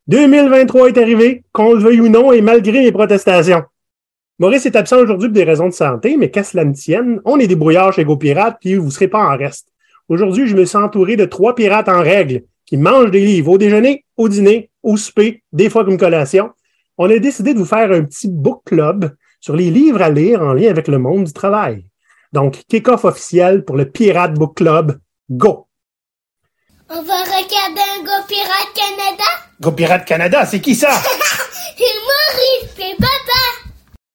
2023 est arrivé, qu'on le veuille ou non, et malgré mes protestations. Maurice est absent aujourd'hui pour des raisons de santé, mais qu'à cela ne tienne, on est des brouillards chez GoPirate, puis vous ne serez pas en reste. Aujourd'hui, je me suis entouré de 3 pirates en règle qui mangent des livres au déjeuner, au dîner, au souper, des fois comme collation. On a décidé de vous faire un petit book club sur les livres à lire en lien avec le monde du travail. Donc, kick-off officiel pour le Pirate Book Club. Go! On va regarder un GoPirate Canada? GoPirate Canada, c'est qui ça? C'est Maurice, c'est papa!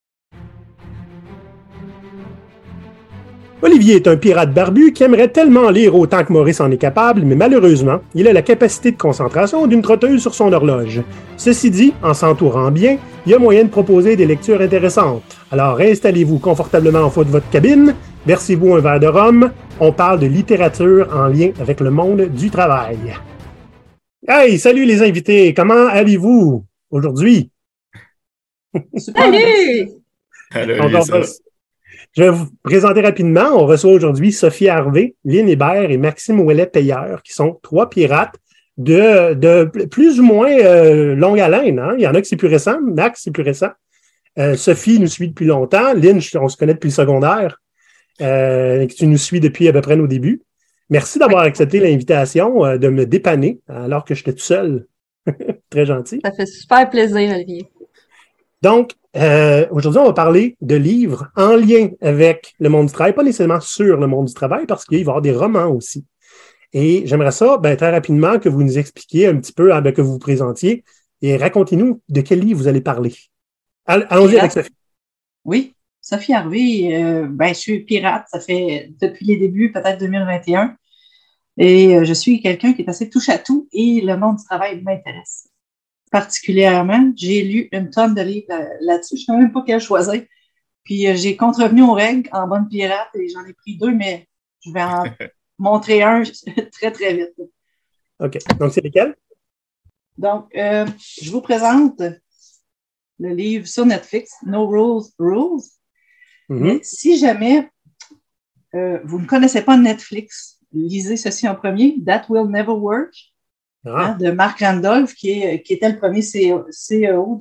Olivier est un pirate barbu qui aimerait tellement lire autant que Maurice en est capable, mais malheureusement, il a la capacité de concentration d'une trotteuse sur son horloge. Ceci dit, en s'entourant bien, il y a moyen de proposer des lectures intéressantes. Alors installez-vous confortablement en fond de votre cabine, versez-vous un verre de rhum, on parle de littérature en lien avec le monde du travail. Hey, salut les invités, comment allez-vous aujourd'hui? Salut! Salut! Je vais vous présenter rapidement. On reçoit aujourd'hui Sophie Harvey, Lynn Hébert et Maxime Ouellet-Payeur, qui sont 3 pirates de plus ou moins longue haleine. Hein? Il y en a qui c'est plus récent. Max, c'est plus récent. Sophie nous suit depuis longtemps. Lynn, on se connaît depuis le secondaire. Tu nous suis depuis à peu près nos débuts. Merci d'avoir accepté l'invitation de me dépanner alors que j'étais tout seul. Très gentil. Ça fait super plaisir, Olivier. Donc, aujourd'hui, on va parler de livres en lien avec le monde du travail, pas nécessairement sur le monde du travail, parce qu'il va y avoir des romans aussi. Et j'aimerais ça, très rapidement, que vous nous expliquiez un petit peu, que vous vous présentiez, et racontez-nous de quel livre vous allez parler. Allons-y avec Sophie. Oui, Sophie Harvey, je suis pirate, ça fait depuis les débuts, peut-être 2021, et je suis quelqu'un qui est assez touche-à-tout, et le monde du travail m'intéresse. Particulièrement, j'ai lu une tonne de livres là-dessus. Je ne sais même pas quel choisir. Puis j'ai contrevenu aux règles en bonne pirate et j'en ai pris 2, mais je vais en montrer un très, très vite. OK. Donc, c'est lesquels? Donc, je vous présente le livre sur Netflix, No Rules, Rules. Mm-hmm. Mais si jamais vous ne connaissez pas Netflix, lisez ceci en premier, That Will Never Work. De Mark Randolph, qui était le premier CEO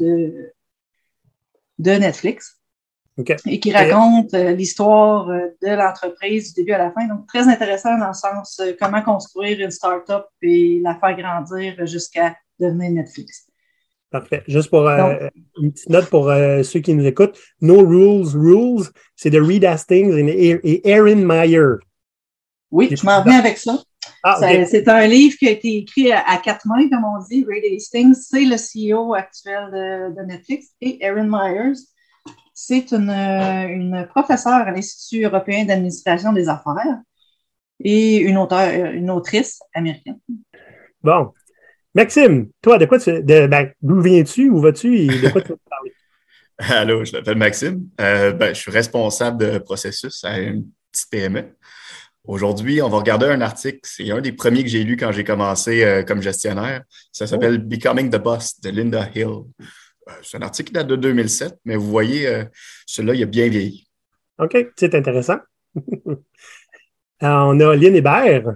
de Netflix. Okay. Et qui raconte l'histoire de l'entreprise du début à la fin. Donc, très intéressant dans le sens comment construire une start-up et la faire grandir jusqu'à devenir Netflix. Parfait. Juste pour une petite note pour ceux qui nous écoutent, No Rules, Rules, c'est de Reed Hastings et Erin Meyer. Oui, je m'en venais avec ça. Okay. C'est un livre qui a été écrit à 4 mains, comme on dit. Reed Hastings, c'est le CEO actuel de Netflix. Et Erin Myers, c'est une professeure à l'Institut européen d'administration des affaires et une autrice américaine. Bon. Maxime, toi, d'où viens-tu? Où vas-tu? Et de quoi tu veux parler? Allô, je m'appelle Maxime. Je suis responsable de processus à une petite PME. Aujourd'hui, on va regarder un article. C'est un des premiers que j'ai lu quand j'ai commencé comme gestionnaire. Ça s'appelle « Becoming the Boss » de Linda Hill. C'est un article qui date de 2007, mais vous voyez, celui-là, il a bien vieilli. OK, c'est intéressant. Alors, on a Lynn Hébert.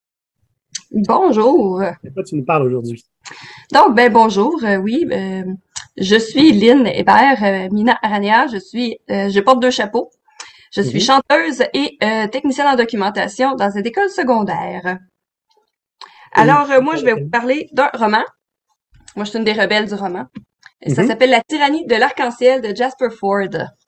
Bonjour. De quoi tu nous parles aujourd'hui? Donc, bonjour. Je suis Lynn Hébert, Mina Arania. Je porte 2 chapeaux. Je suis chanteuse et technicienne en documentation dans une école secondaire. Alors, moi, je vais vous parler d'un roman. Moi, je suis une des rebelles du roman. Ça s'appelle La tyrannie de l'arc-en-ciel de Jasper Ford.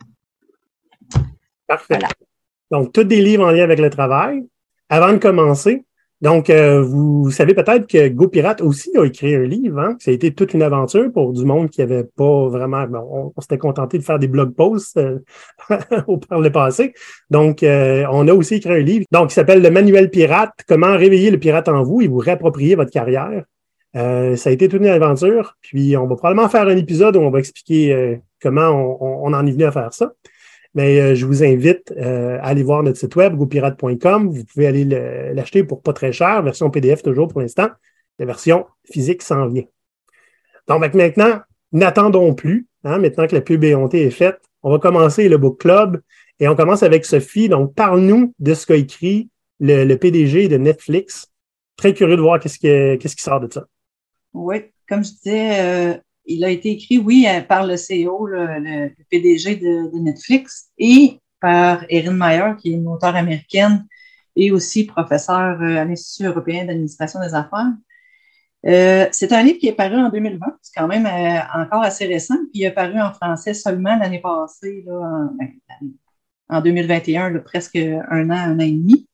Parfait. Voilà. Donc, tous des livres en lien avec le travail. Avant de commencer, donc, vous savez peut-être que GoPirate aussi a écrit un livre, hein? Ça a été toute une aventure pour du monde qui avait pas vraiment... on s'était contenté de faire des blog posts par le passé. Donc, on a aussi écrit un livre donc, qui s'appelle « Le manuel pirate, comment réveiller le pirate en vous et vous réapproprier votre carrière ». Ça a été toute une aventure. Puis, on va probablement faire un épisode où on va expliquer comment on en est venu à faire ça. Mais je vous invite à aller voir notre site web, gopirate.com. Vous pouvez aller l'acheter pour pas très cher, version PDF toujours pour l'instant. La version physique s'en vient. Donc maintenant, n'attendons plus. Hein, maintenant que la pub est faite, on va commencer le book club et on commence avec Sophie. Donc, parle-nous de ce qu'a écrit le PDG de Netflix. Très curieux de voir qu'est-ce qui sort de ça. Oui. comme je disais, il a été écrit, oui, par le CEO, le PDG de Netflix, et par Erin Meyer, qui est une auteure américaine et aussi professeure à l'Institut européen d'administration des affaires. C'est un livre qui est paru en 2020, c'est quand même encore assez récent, puis il est paru en français seulement l'année passée, là, en 2021, là, presque un an et demi.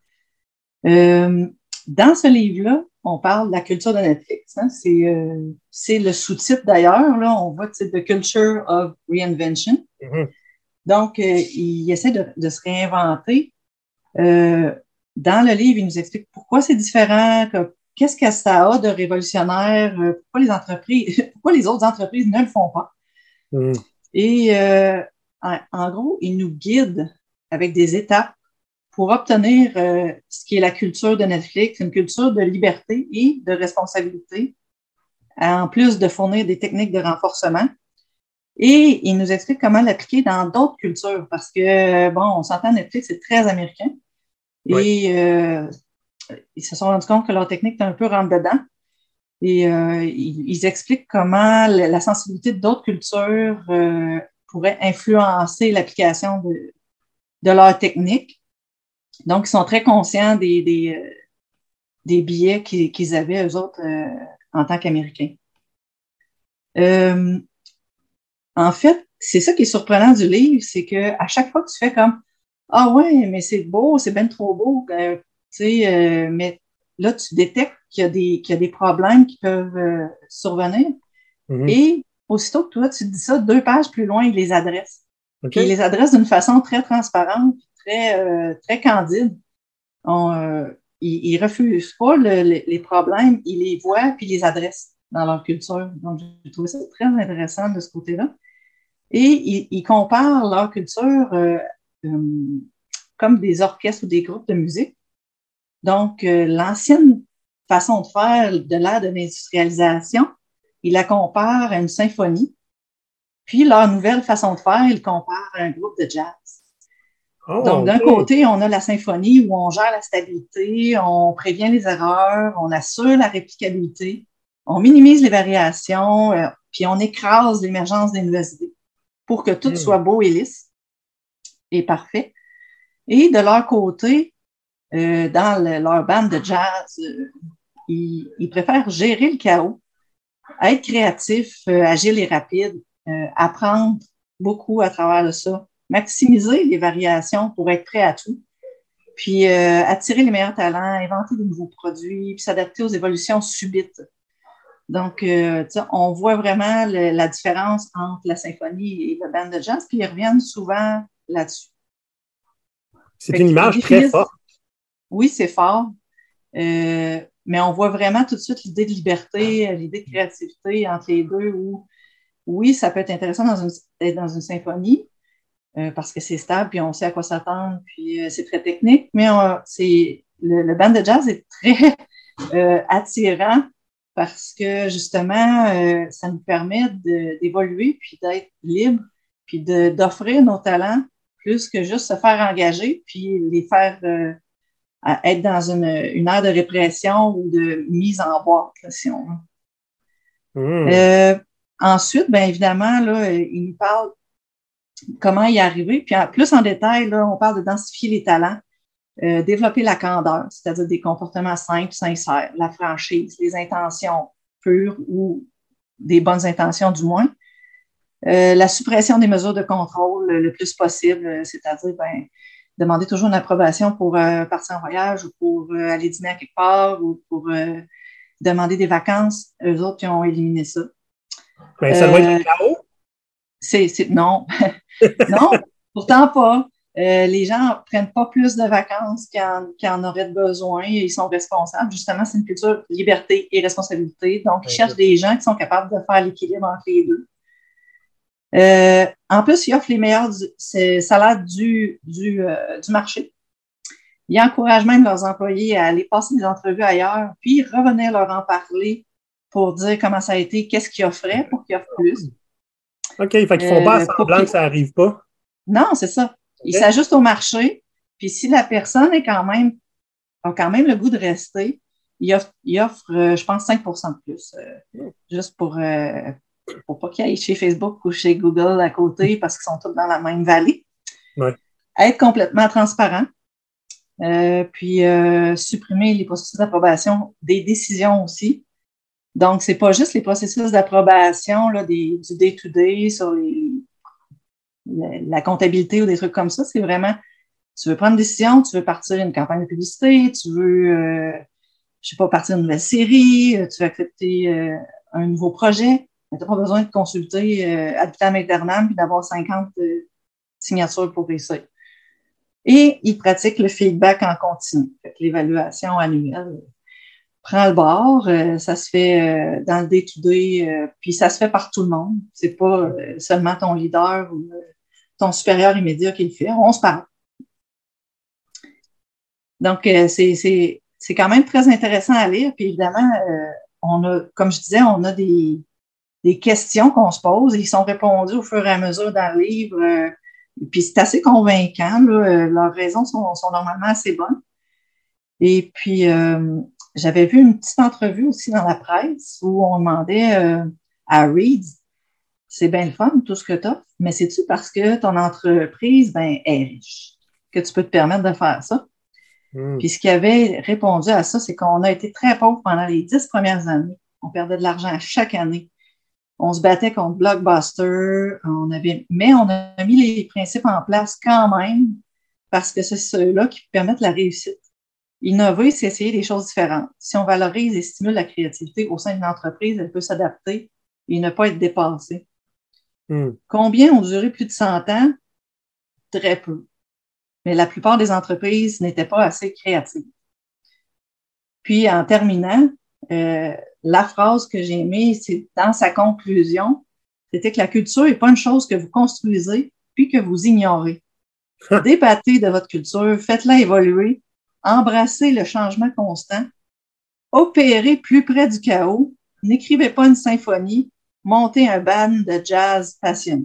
Dans ce livre-là, on parle de la culture de Netflix. Hein? C'est le sous-titre d'ailleurs. Là, on voit The Culture of Reinvention. Mm-hmm. Donc, il essaie de se réinventer. Dans le livre, il nous explique pourquoi c'est différent, qu'est-ce que ça a de révolutionnaire, pourquoi les autres entreprises ne le font pas. Mm. Et en gros, il nous guide avec des étapes pour obtenir ce qui est la culture de Netflix, une culture de liberté et de responsabilité, en plus de fournir des techniques de renforcement. Et il nous explique comment l'appliquer dans d'autres cultures, parce que, bon, on s'entend, Netflix, c'est très américain. Et ils se sont rendus compte que leur technique est un peu rentre-dedans. Et ils expliquent comment la sensibilité d'autres cultures pourrait influencer l'application de leur technique. Donc, ils sont très conscients des biais qu'ils avaient, eux autres, en tant qu'Américains. En fait, c'est ça qui est surprenant du livre, c'est que à chaque fois que tu fais comme « Ah ouais, mais c'est beau, c'est bien trop beau », mais là, tu détectes qu'il y a des problèmes qui peuvent survenir. Mm-hmm. Et aussitôt que toi, tu dis ça, 2 pages plus loin, il les adresse. Okay. Puis il les adresse d'une façon très transparente, très candide. Ils refusent pas les problèmes, ils les voient puis ils les adressent dans leur culture. Donc, j'ai trouvé ça très intéressant de ce côté-là. Et ils comparent leur culture comme des orchestres ou des groupes de musique. Donc, l'ancienne façon de faire de l'ère de l'industrialisation, ils la comparent à une symphonie. Puis, leur nouvelle façon de faire, ils comparent à un groupe de jazz. Oh, donc, d'un côté, on a la symphonie où on gère la stabilité, on prévient les erreurs, on assure la réplicabilité, on minimise les variations, puis on écrase l'émergence des nouvelles idées pour que tout soit beau et lisse et parfait. Et de leur côté, dans leur band de jazz, ils préfèrent gérer le chaos, être créatifs, agile et rapide, apprendre beaucoup à travers de ça, maximiser les variations pour être prêt à tout, puis attirer les meilleurs talents, inventer de nouveaux produits, puis s'adapter aux évolutions subites. Donc, on voit vraiment la différence entre la symphonie et le band de jazz, puis ils reviennent souvent là-dessus. C'est une image très forte. Oui, c'est fort, mais on voit vraiment tout de suite l'idée de liberté, l'idée de créativité entre les deux, où oui, ça peut être intéressant d'être dans une symphonie, parce que c'est stable, puis on sait à quoi s'attendre, puis c'est très technique, mais le band de jazz est très attirant parce que justement, ça nous permet d'évoluer, puis d'être libre, puis d'offrir nos talents plus que juste se faire engager, puis les faire être dans une ère de répression ou de mise en boîte, là, si on veut. Ensuite, bien évidemment, là, il nous parle comment y arriver. Puis plus en détail, là, on parle de densifier les talents, développer la candeur, c'est-à-dire des comportements simples, sincères, la franchise, les intentions pures ou des bonnes intentions du moins. La suppression des mesures de contrôle le plus possible, c'est-à-dire demander toujours une approbation pour partir en voyage ou pour aller dîner à quelque part ou pour demander des vacances. Eux autres, ils ont éliminé ça. Mais ça doit être le chaos? Non. Non, pourtant pas. Les gens ne prennent pas plus de vacances qu'ils en auraient besoin. Ils sont responsables. Justement, c'est une culture liberté et responsabilité. Donc, ils cherchent des gens qui sont capables de faire l'équilibre entre les deux. En plus, ils offrent les meilleurs salaires du marché. Ils encouragent même leurs employés à aller passer des entrevues ailleurs, puis revenir leur en parler pour dire comment ça a été, qu'est-ce qu'ils offraient pour qu'ils offrent plus. OK, fait qu'ils font pas semblant que ça n'arrive pas. Non, c'est ça. Ils s'ajustent au marché, puis si la personne a quand même le goût de rester, il offre je pense, 5 de plus, juste pour pas qu'ils aillent chez Facebook ou chez Google à côté parce qu'ils sont tous dans la même vallée. Ouais. Être complètement transparent, puis supprimer les processus d'approbation des décisions aussi. Donc, c'est pas juste les processus d'approbation là, du day-to-day sur la comptabilité ou des trucs comme ça. C'est vraiment, tu veux prendre une décision, tu veux partir une campagne de publicité, tu veux, je sais pas, partir une nouvelle série, tu veux accepter un nouveau projet. Tu n'as pas besoin de consulter ad vitam aeternam puis d'avoir 50 signatures pour réussir. Et il pratique le feedback en continu. Fait que l'évaluation annuelle prend le bord. Ça se fait dans le day-to-day, puis ça se fait par tout le monde. C'est pas seulement ton leader ou ton supérieur immédiat qui le fait. On se parle. Donc, c'est quand même très intéressant à lire. Puis évidemment, on a, comme je disais, on a des questions qu'on se pose et ils sont répondus au fur et à mesure dans le livre. Puis c'est assez convaincant. Là. Leurs raisons sont normalement assez bonnes. Et puis, j'avais vu une petite entrevue aussi dans la presse où on demandait à Reed, c'est bien le fun, tout ce que tu as, mais c'est-tu parce que ton entreprise est riche que tu peux te permettre de faire ça? Puis ce qui avait répondu à ça, c'est qu'on a été très pauvres pendant les 10 premières années. On perdait de l'argent chaque année. On se battait contre Blockbuster, mais on a mis les principes en place quand même parce que c'est ceux-là qui permettent la réussite. Innover, c'est essayer des choses différentes. Si on valorise et stimule la créativité au sein d'une entreprise, elle peut s'adapter et ne pas être dépassée. Combien ont duré plus de 100 ans? Très peu. Mais la plupart des entreprises n'étaient pas assez créatives. Puis, en terminant, la phrase que j'ai aimée, c'est dans sa conclusion, c'était que la culture n'est pas une chose que vous construisez puis que vous ignorez. Débattez de votre culture, faites-la évoluer, embrassez le changement constant, opérez plus près du chaos, n'écrivez pas une symphonie, montez un band de jazz passionné.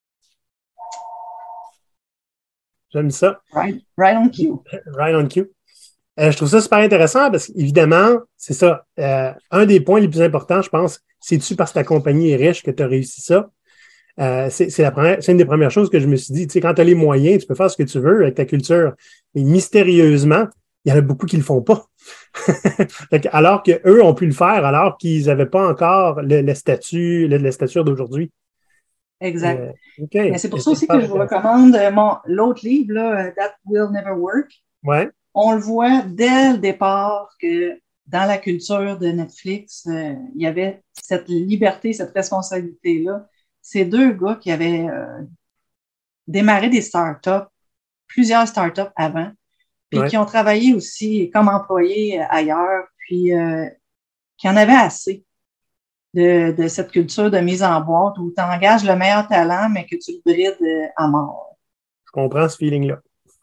J'aime ça. Right on cue. Right on cue. Je trouve ça super intéressant parce qu'évidemment, c'est ça. Un des points les plus importants, je pense, c'est-tu parce que ta compagnie est riche que tu as réussi ça? C'est une des premières choses que je me suis dit. Tu sais, quand tu as les moyens, tu peux faire ce que tu veux avec ta culture. Mais mystérieusement, il y en a beaucoup qui le font pas. Alors qu'eux ont pu le faire, alors qu'ils n'avaient pas encore le statut, la stature d'aujourd'hui. Exact. Okay. Mais c'est pour ça aussi que je vous recommande l'autre livre, là, That Will Never Work. Ouais. On le voit dès le départ que dans la culture de Netflix, il y avait cette liberté, cette responsabilité-là. Ces deux gars qui avaient démarré des startups, plusieurs startups avant, puis qui ont travaillé aussi comme employés ailleurs, puis qui en avaient assez de cette culture de mise en boîte où tu engages le meilleur talent, mais que tu le brides à mort. Je comprends ce feeling-là.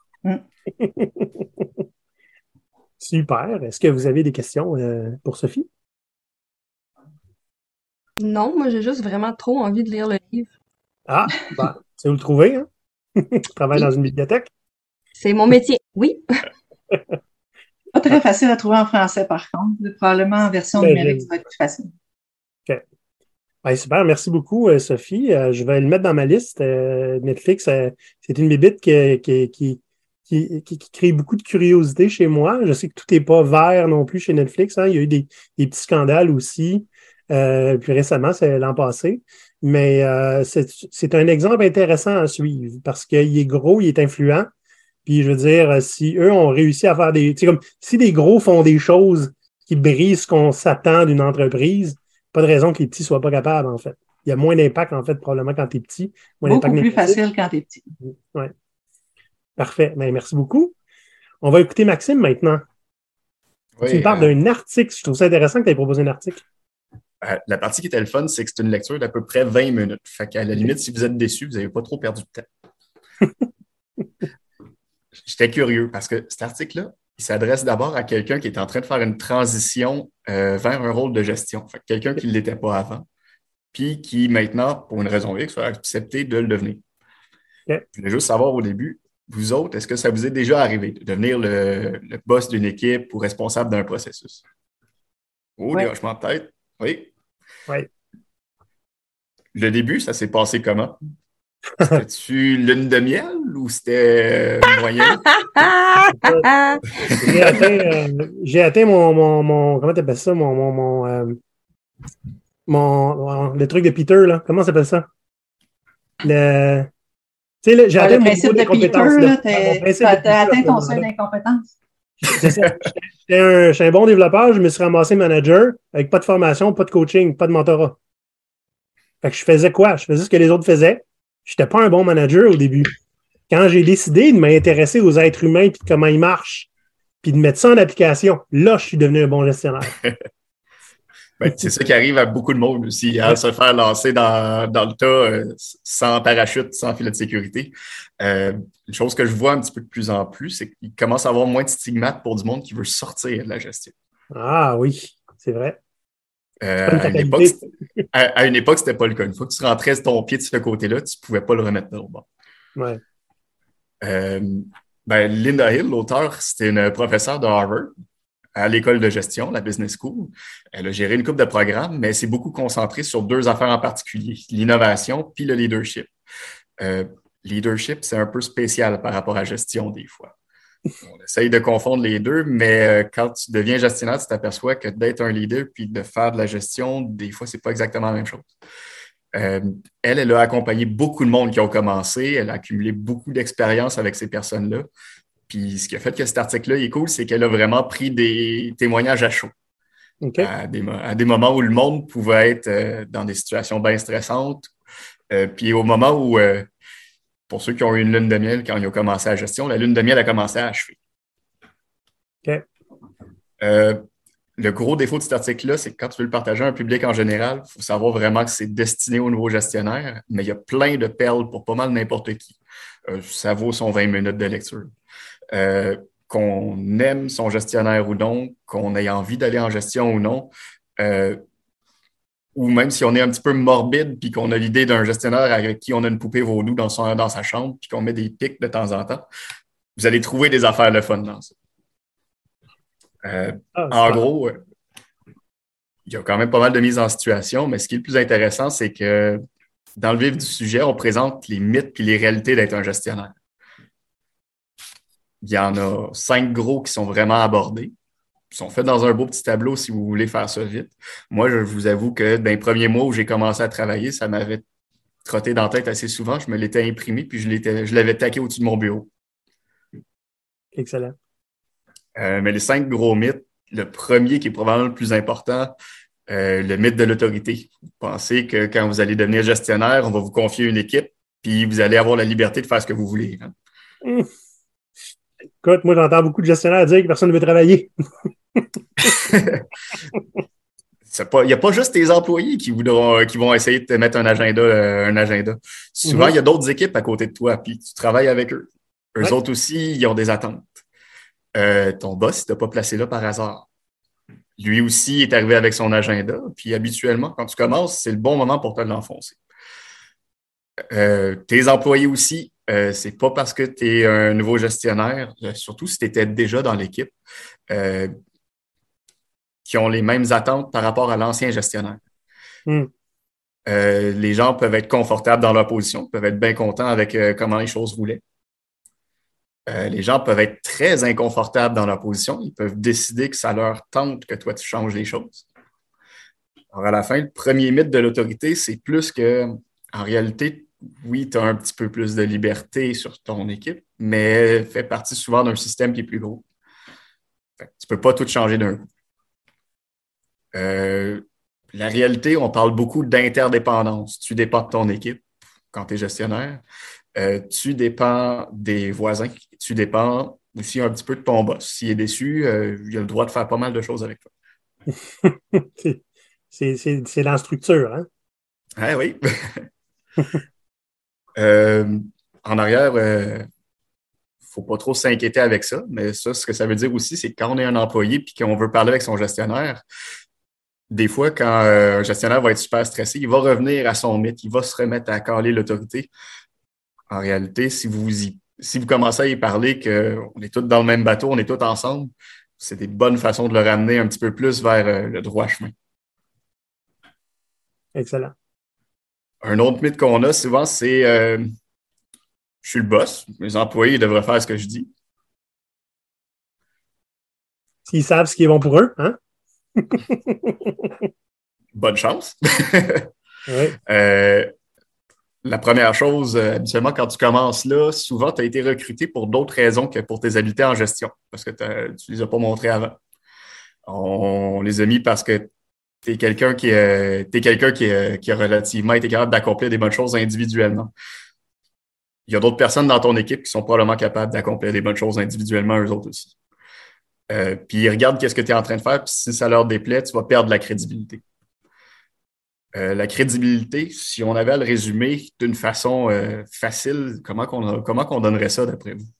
Super. Est-ce que vous avez des questions pour Sophie? Non, moi j'ai juste vraiment trop envie de lire le livre. Ah, ben, c'est où le trouver, hein? Tu travailles dans une bibliothèque? C'est mon métier, oui. Pas très facile à trouver en français, par contre. Probablement en version numérique, ça va être plus facile. OK. Ben, super, merci beaucoup, Sophie. Je vais le mettre dans ma liste. Netflix, c'est une bébite qui crée beaucoup de curiosité chez moi. Je sais que tout n'est pas vert non plus chez Netflix. Hein. Il y a eu des petits scandales aussi. Puis récemment, c'est l'an passé. Mais c'est un exemple intéressant à suivre parce qu'il est gros, il est influent. Puis je veux dire, si eux ont réussi à faire des... Tu sais, comme si des gros font des choses qui brisent ce qu'on s'attend d'une entreprise, pas de raison que les petits soient pas capables, en fait. Il y a moins d'impact, en fait, probablement quand tu es petit. Beaucoup plus facile quand tu es petit. Oui. Parfait. Ben, merci beaucoup. On va écouter Maxime maintenant. Oui, tu me parles d'un article. Je trouve ça intéressant que tu aies proposé un article. La partie qui était le fun, c'est que c'est une lecture d'à peu près 20 minutes. Fait qu'à la limite, si vous êtes déçus, vous n'avez pas trop perdu de temps. J'étais curieux parce que cet article-là, il s'adresse d'abord à quelqu'un qui est en train de faire une transition vers un rôle de gestion. Fait que quelqu'un qui ne l'était pas avant, puis qui maintenant, pour une raison X, va accepter de le devenir. Okay. Je voulais juste savoir au début, vous autres, est-ce que ça vous est déjà arrivé de devenir le boss d'une équipe ou responsable d'un processus? Oh, des Ouais. hochements de tête. Oui. Ouais. Le début, ça s'est passé comment? C'était-tu lune de miel ou c'était moyen? J'ai atteint comment t'appelles ça, le truc de Peter, là. Comment ça s'appelle ça? Le, tu sais, j'ai Le atteint mon niveau principe de des Peter, compétences, là. là, Mon tu principe de Peter as à atteint ce ton seuil moment-là. d'incompétence. C'est ça. J'étais un bon développeur, je me suis ramassé manager avec pas de formation, pas de coaching, pas de mentorat. Fait que je faisais quoi? Je faisais ce que les autres faisaient. J'étais pas un bon manager au début. Quand j'ai décidé de m'intéresser aux êtres humains et de comment ils marchent, puis de mettre ça en application, là, je suis devenu un bon gestionnaire. Ben, c'est ça qui arrive à beaucoup de monde aussi, Ouais. se faire lancer dans le tas sans parachute, sans filet de sécurité. Une chose que je vois un petit peu de plus en plus, c'est qu'il commence à avoir moins de stigmates pour du monde qui veut sortir de la gestion. Ah oui, c'est vrai. C'est pas une À une époque, fatalité. à une époque, c'était pas le cas. Une fois que tu rentrais ton pied de ce côté-là, tu pouvais pas le remettre de l'autre bord. Ouais. Euh, Linda Hill, l'auteur, c'était une professeure de Harvard à l'école de gestion, la Business School. Elle a géré une couple de programmes, mais elle s'est beaucoup concentrée sur deux affaires en particulier, l'innovation puis le leadership. Euh, Leadership, c'est un peu spécial par rapport à gestion des fois. On essaye de confondre les deux, mais quand tu deviens gestionnaire, tu t'aperçois que d'être un leader puis de faire de la gestion, des fois, c'est pas exactement la même chose. Elle a accompagné beaucoup de monde qui ont commencé. Elle a accumulé beaucoup d'expérience avec ces personnes-là. Puis ce qui a fait que cet article-là est cool, c'est qu'elle a vraiment pris des témoignages à chaud. OK. À des moments où le monde pouvait être dans des situations bien stressantes. Puis au moment où, pour ceux qui ont eu une lune de miel quand ils ont commencé la gestion, la lune de miel a commencé à achever. OK. Le gros défaut de cet article-là, c'est que quand tu veux le partager à un public en général, il faut savoir vraiment que c'est destiné aux nouveaux gestionnaires, mais il y a plein de perles pour pas mal n'importe qui. Ça vaut son 20 minutes de lecture. Qu'on aime son gestionnaire ou non, qu'on ait envie d'aller en gestion ou non, ou même si on est un petit peu morbide puis qu'on a l'idée d'un gestionnaire avec qui on a une poupée vaudou dans sa chambre puis qu'on met des pics de temps en temps, vous allez trouver des affaires le fun dans ça. En gros, il y a quand même pas mal de mise en situation, mais ce qui est le plus intéressant, c'est que dans le vif du sujet, on présente les mythes et les réalités d'être un gestionnaire. Il y en a 5 gros qui sont vraiment abordés. Ils sont faits dans un beau petit tableau si vous voulez faire ça vite. Moi, je vous avoue que dans les premiers mois où j'ai commencé à travailler, ça m'avait trotté dans la tête assez souvent. Je me l'étais imprimé puis je l'avais taqué au-dessus de mon bureau. Excellent. Mais les 5 gros mythes, le premier qui est probablement le plus important, le mythe de l'autorité. Vous pensez que quand vous allez devenir gestionnaire, on va vous confier une équipe puis vous allez avoir la liberté de faire ce que vous voulez. Hein? Écoute, moi, j'entends beaucoup de gestionnaires dire que personne ne veut travailler. Il n'y a pas juste tes employés qui vont essayer de te mettre un agenda. Souvent, il y a d'autres équipes à côté de toi, puis tu travailles avec eux. Eux autres aussi, ils ont des attentes. Ton boss, il t'a pas placé là par hasard. Lui aussi est arrivé avec son agenda, puis habituellement, quand tu commences, c'est le bon moment pour te l'enfoncer. Tes employés aussi, c'est pas parce que tu es un nouveau gestionnaire, surtout si tu étais déjà dans l'équipe, qui ont les mêmes attentes par rapport à l'ancien gestionnaire. Les gens peuvent être confortables dans leur position, peuvent être bien contents avec comment les choses roulaient. Les gens peuvent être très inconfortables dans leur position. Ils peuvent décider que ça leur tente que toi, tu changes les choses. Alors, à la fin, le premier mythe de l'autorité, c'est plus que, en réalité, oui, tu as un petit peu plus de liberté sur ton équipe, mais elle fait partie souvent d'un système qui est plus gros. Tu ne peux pas tout changer d'un coup. La réalité, on parle beaucoup d'interdépendance. Tu dépends de ton équipe quand tu es gestionnaire. Tu dépends des voisins. Tu dépends aussi un petit peu de ton boss. S'il est déçu, il a le droit de faire pas mal de choses avec toi. C'est dans la structure, hein? Ah oui. En arrière, faut pas trop s'inquiéter avec ça, mais ça, ce que ça veut dire aussi, c'est que quand on est un employé et qu'on veut parler avec son gestionnaire, des fois, quand un gestionnaire va être super stressé, il va revenir à son mythe, il va se remettre à caler l'autorité. En réalité, si vous commencez à y parler qu'on est tous dans le même bateau, on est tous ensemble, c'est des bonnes façons de le ramener un petit peu plus vers le droit chemin. Excellent. Un autre mythe qu'on a souvent, c'est je suis le boss, mes employés devraient faire ce que je dis. S'ils savent ce qui est bon pour eux, hein? Bonne chance. Oui. La première chose, habituellement, quand tu commences là, souvent, tu as été recruté pour d'autres raisons que pour tes habiletés en gestion, parce que tu ne les as pas montrées avant. On les a mis parce que tu es quelqu'un qui a relativement été capable d'accomplir des bonnes choses individuellement. Il y a d'autres personnes dans ton équipe qui sont probablement capables d'accomplir des bonnes choses individuellement, eux autres aussi. Puis ils regardent qu'est-ce que tu es en train de faire, puis si ça leur déplaît, tu vas perdre la crédibilité. La crédibilité, si on avait à le résumer d'une façon facile, comment qu'on donnerait ça d'après vous?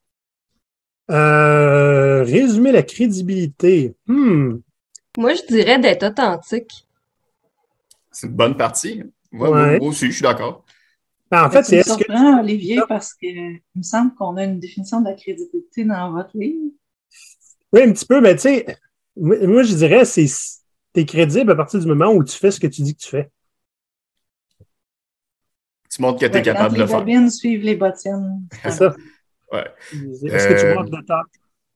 Résumer la crédibilité. Moi, je dirais d'être authentique. C'est une bonne partie. Moi aussi, je suis d'accord. En fait, c'est surprenant, Olivier, parce que il me semble qu'on a une définition de la crédibilité dans votre livre. Oui, un petit peu, mais tu sais, moi, je dirais, t'es crédible à partir du moment où tu fais ce que tu dis que tu fais. Tu montres que tu es capable de le faire. Les bobines suivent les bottines. C'est ça. Ouais. Est-ce que tu vois de talk?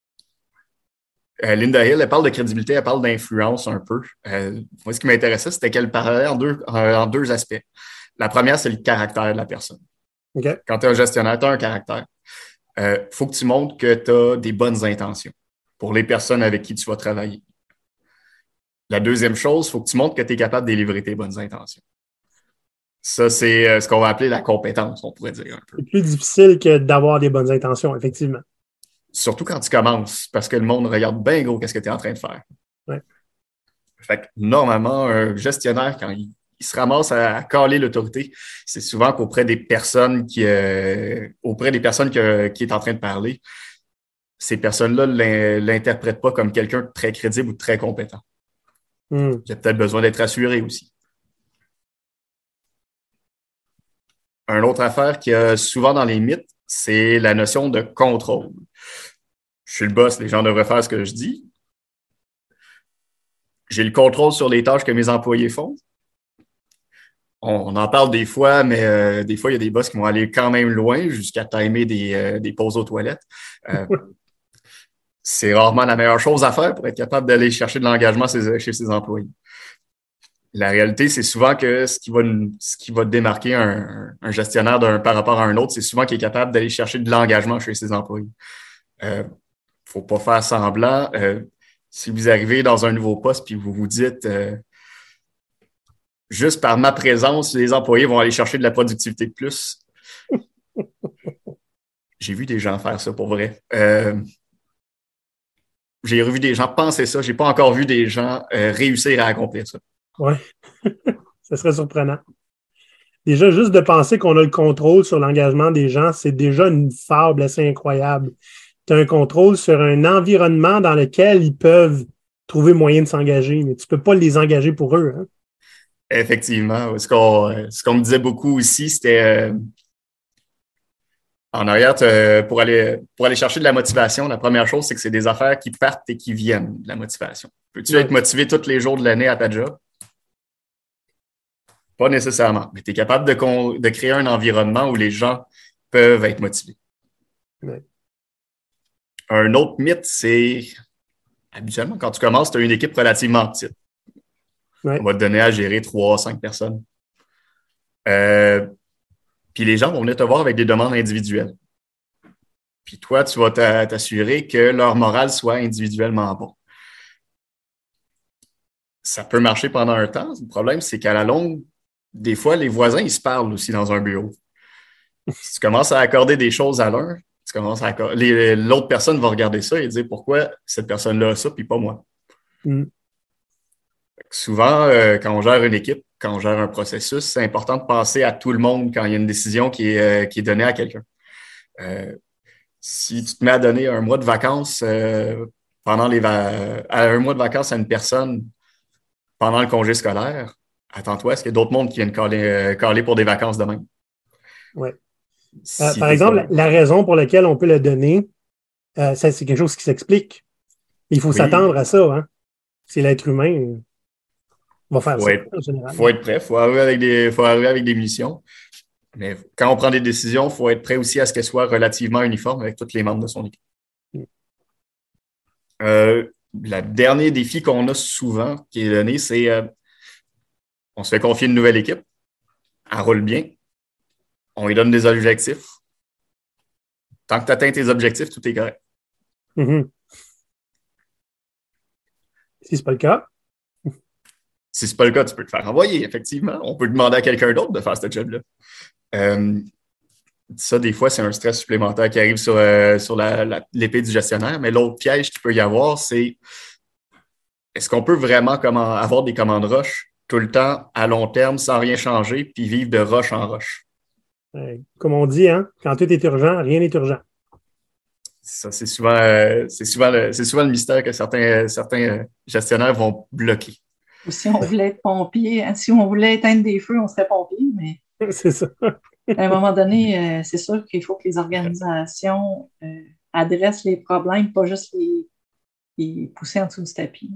Linda Hill, elle parle de crédibilité, elle parle d'influence un peu. Moi, ce qui m'intéressait, c'était qu'elle parlait en deux aspects. La première, c'est le caractère de la personne. Okay. Quand tu es un gestionnaire, tu as un caractère. Faut que tu montres que tu as des bonnes intentions pour les personnes avec qui tu vas travailler. La deuxième chose, il faut que tu montres que tu es capable de délivrer tes bonnes intentions. Ça, c'est ce qu'on va appeler la compétence, on pourrait dire un peu. C'est plus difficile que d'avoir des bonnes intentions, effectivement. Surtout quand tu commences, parce que le monde regarde bien gros qu'est-ce que tu es en train de faire. Ouais. Fait que normalement, un gestionnaire, quand il se ramasse à caler l'autorité, c'est souvent qu'auprès des personnes qui est en train de parler, ces personnes-là ne l'interprètent pas comme quelqu'un de très crédible ou de très compétent. Il y a peut-être besoin d'être assuré aussi. Une autre affaire qu'il y a souvent dans les mythes, c'est la notion de contrôle. Je suis le boss, les gens devraient faire ce que je dis. J'ai le contrôle sur les tâches que mes employés font. On en parle des fois, mais des fois, il y a des boss qui vont aller quand même loin jusqu'à timer des pauses aux toilettes. C'est rarement la meilleure chose à faire pour être capable d'aller chercher de l'engagement chez ses employés. La réalité, c'est souvent que ce qui va démarquer un gestionnaire par rapport à un autre, c'est souvent qu'il est capable d'aller chercher de l'engagement chez ses employés. Faut pas faire semblant. Si vous arrivez dans un nouveau poste puis vous vous dites juste par ma présence, les employés vont aller chercher de la productivité de plus. J'ai vu des gens faire ça pour vrai. J'ai revu des gens penser ça. J'ai pas encore vu des gens réussir à accomplir ça. Oui, ça serait surprenant. Déjà, juste de penser qu'on a le contrôle sur l'engagement des gens, c'est déjà une fable assez incroyable. Tu as un contrôle sur un environnement dans lequel ils peuvent trouver moyen de s'engager, mais tu ne peux pas les engager pour eux. Hein? Effectivement. Ce qu'on me disait beaucoup aussi, c'était en arrière, pour aller chercher de la motivation, la première chose, c'est que c'est des affaires qui partent et qui viennent de la motivation. Peux-tu être motivé tous les jours de l'année à ta job? Pas nécessairement, mais tu es capable de créer un environnement où les gens peuvent être motivés. Ouais. Un autre mythe, c'est habituellement, quand tu commences, tu as une équipe relativement petite. Ouais. On va te donner à gérer 3-5 personnes. Puis les gens vont venir te voir avec des demandes individuelles. Puis toi, tu vas t'assurer que leur morale soit individuellement bon. Ça peut marcher pendant un temps. Le problème, c'est qu'à la longue, des fois, les voisins, ils se parlent aussi dans un bureau. Si tu commences à accorder des choses à l'un, l'autre personne va regarder ça et dire pourquoi cette personne-là a ça, puis pas moi. Souvent, quand on gère une équipe, quand on gère un processus, c'est important de penser à tout le monde quand il y a une décision qui est donnée à quelqu'un. Si tu te mets à donner un mois de vacances un mois de vacances à une personne pendant le congé scolaire, attends-toi, est-ce qu'il y a d'autres mondes qui viennent caler pour des vacances demain? Oui. Par exemple, la raison pour laquelle on peut le donner, ça, c'est quelque chose qui s'explique. Il faut Oui, s'attendre à ça, hein. C'est l'être humain va faire faut ça, être, en général. faut être prêt, faut arriver avec des missions. Mais quand on prend des décisions, il faut être prêt aussi à ce qu'elles soient relativement uniformes avec tous les membres de son équipe. Le dernier défi qu'on a souvent qui est donné, c'est on se fait confier une nouvelle équipe, elle roule bien, on lui donne des objectifs. Tant que tu atteins tes objectifs, tout est correct. Mhm. Si c'est pas le cas. Si ce n'est pas le cas, tu peux te faire envoyer, effectivement. On peut demander à quelqu'un d'autre de faire ce job-là. Ça, des fois, c'est un stress supplémentaire qui arrive sur l'épée du gestionnaire. Mais l'autre piège qu'il peut y avoir, c'est est-ce qu'on peut vraiment avoir des commandes rush tout le temps à long terme sans rien changer puis vivre de rush en rush? Comme on dit, hein, quand tout est urgent, rien n'est urgent. Ça, c'est souvent le mystère que certains gestionnaires vont bloquer. Ou si on voulait être pompier, hein, si on voulait éteindre des feux, on serait pompier, mais C'est ça. à un moment donné, c'est sûr qu'il faut que les organisations adressent les problèmes, pas juste les pousser en dessous du tapis.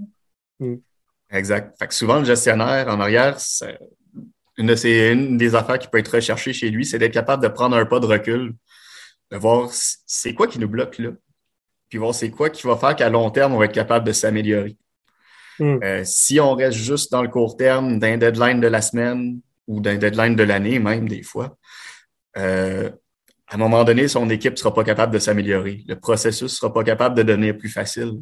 Exact. Fait que souvent, le gestionnaire, en arrière, une des affaires qui peut être recherchée chez lui, c'est d'être capable de prendre un pas de recul, de voir c'est quoi qui nous bloque là, puis voir c'est quoi qui va faire qu'à long terme, on va être capable de s'améliorer. Si on reste juste dans le court terme, d'un deadline de la semaine ou d'un deadline de l'année, même des fois, à un moment donné, son équipe ne sera pas capable de s'améliorer. Le processus ne sera pas capable de devenir plus facile.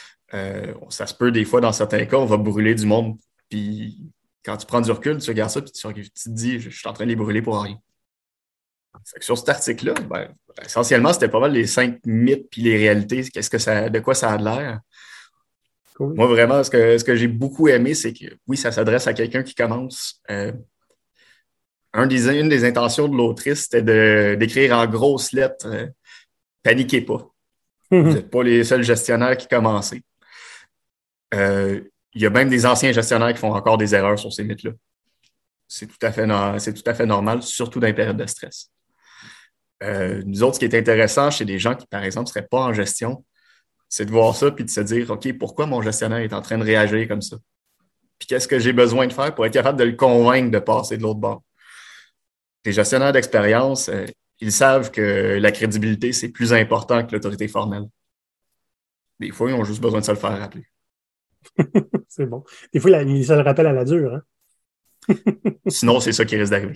Ça se peut des fois, dans certains cas, on va brûler du monde. Puis quand tu prends du recul, tu regardes ça puis tu te dis, je suis en train de les brûler pour rien. Fait que sur cet article-là, essentiellement, c'était pas mal les 5 mythes puis les réalités. De quoi ça a l'air? Cool. Moi, vraiment, ce que j'ai beaucoup aimé, c'est que oui, ça s'adresse à quelqu'un qui commence. Une des intentions de l'autrice, c'était d'écrire en grosses lettres paniquez pas. Vous n'êtes pas les seuls gestionnaires qui commencent. Il y a même des anciens gestionnaires qui font encore des erreurs sur ces mythes-là. C'est tout à fait normal, surtout dans les périodes de stress. Nous autres, ce qui est intéressant chez des gens qui, par exemple, ne seraient pas en gestion, c'est de voir ça puis de se dire, OK, pourquoi mon gestionnaire est en train de réagir comme ça? Puis qu'est-ce que j'ai besoin de faire pour être capable de le convaincre de passer de l'autre bord? Les gestionnaires d'expérience, ils savent que la crédibilité, c'est plus important que l'autorité formelle. Des fois, ils ont juste besoin de se le faire rappeler. C'est bon. Des fois, ça le rappelle à la dure. Hein? Sinon, c'est ça qui risque d'arriver.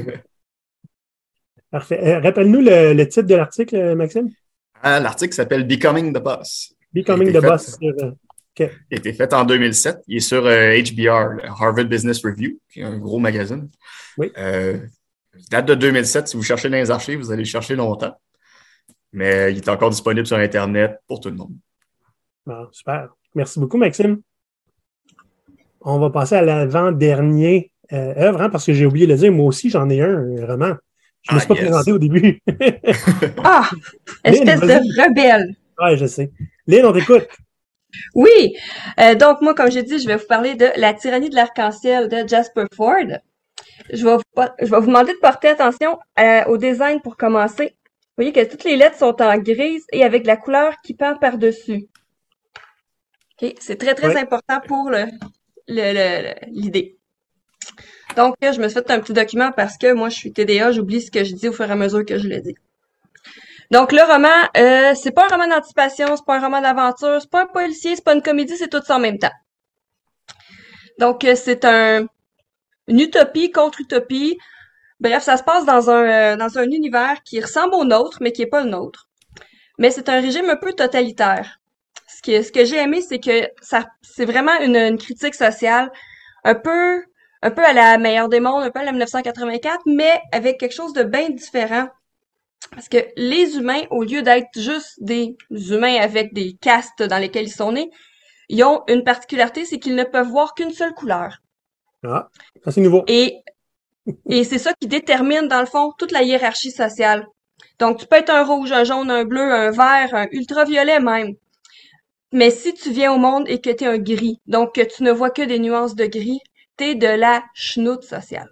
Parfait. Rappelle-nous le titre de l'article, Maxime. L'article s'appelle Becoming the Boss. Becoming the Boss. Okay. Il a été fait en 2007. Il est sur HBR, le Harvard Business Review, qui est un gros magazine. Oui. Il date de 2007. Si vous cherchez dans les archives, vous allez le chercher longtemps. Mais il est encore disponible sur Internet pour tout le monde. Bon, super. Merci beaucoup, Maxime. On va passer à l'avant-dernier œuvre, hein, parce que j'ai oublié de le dire. Moi aussi, j'en ai un roman. Je ne me suis pas présenté au début. Espèce de rebelle. Oui, je sais. Lynn, on t'écoute. Oui. Donc, moi, comme j'ai dit, je vais vous parler de La tyrannie de l'arc-en-ciel de Jasper Ford. Je vais vous demander de porter attention au design pour commencer. Vous voyez que toutes les lettres sont en grise et avec de la couleur qui pend par-dessus. Okay? C'est très, très important pour l'idée. Donc, je me suis fait un petit document parce que moi, je suis TDA, j'oublie ce que je dis au fur et à mesure que je le dis. Donc, le roman, c'est pas un roman d'anticipation, c'est pas un roman d'aventure, c'est pas un policier, c'est pas une comédie, c'est tout ça en même temps. Donc, c'est une utopie contre utopie. Bref, ça se passe dans un univers qui ressemble au nôtre, mais qui est pas le nôtre. Mais c'est un régime un peu totalitaire. Ce que j'ai aimé, c'est que c'est vraiment une critique sociale un peu à la meilleure des mondes, un peu à la 1984, mais avec quelque chose de bien différent. Parce que les humains, au lieu d'être juste des humains avec des castes dans lesquelles ils sont nés, ils ont une particularité, c'est qu'ils ne peuvent voir qu'une seule couleur. Ah, ça c'est nouveau. Et c'est ça qui détermine, dans le fond, toute la hiérarchie sociale. Donc, tu peux être un rouge, un jaune, un bleu, un vert, un ultraviolet même. Mais si tu viens au monde et que tu es un gris, donc que tu ne vois que des nuances de gris, t'es de la chenoute sociale.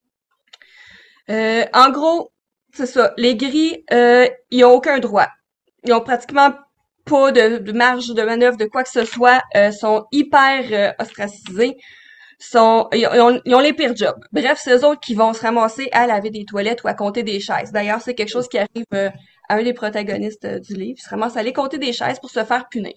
En gros, c'est ça. Les gris, ils ont aucun droit. Ils ont pratiquement pas de marge de manœuvre de quoi que ce soit, sont hyper ostracisés, ils ont les pires jobs. Bref, c'est eux autres qui vont se ramasser à laver des toilettes ou à compter des chaises. D'ailleurs, c'est quelque chose qui arrive à un des protagonistes du livre. Il se ramasse à aller compter des chaises pour se faire punir.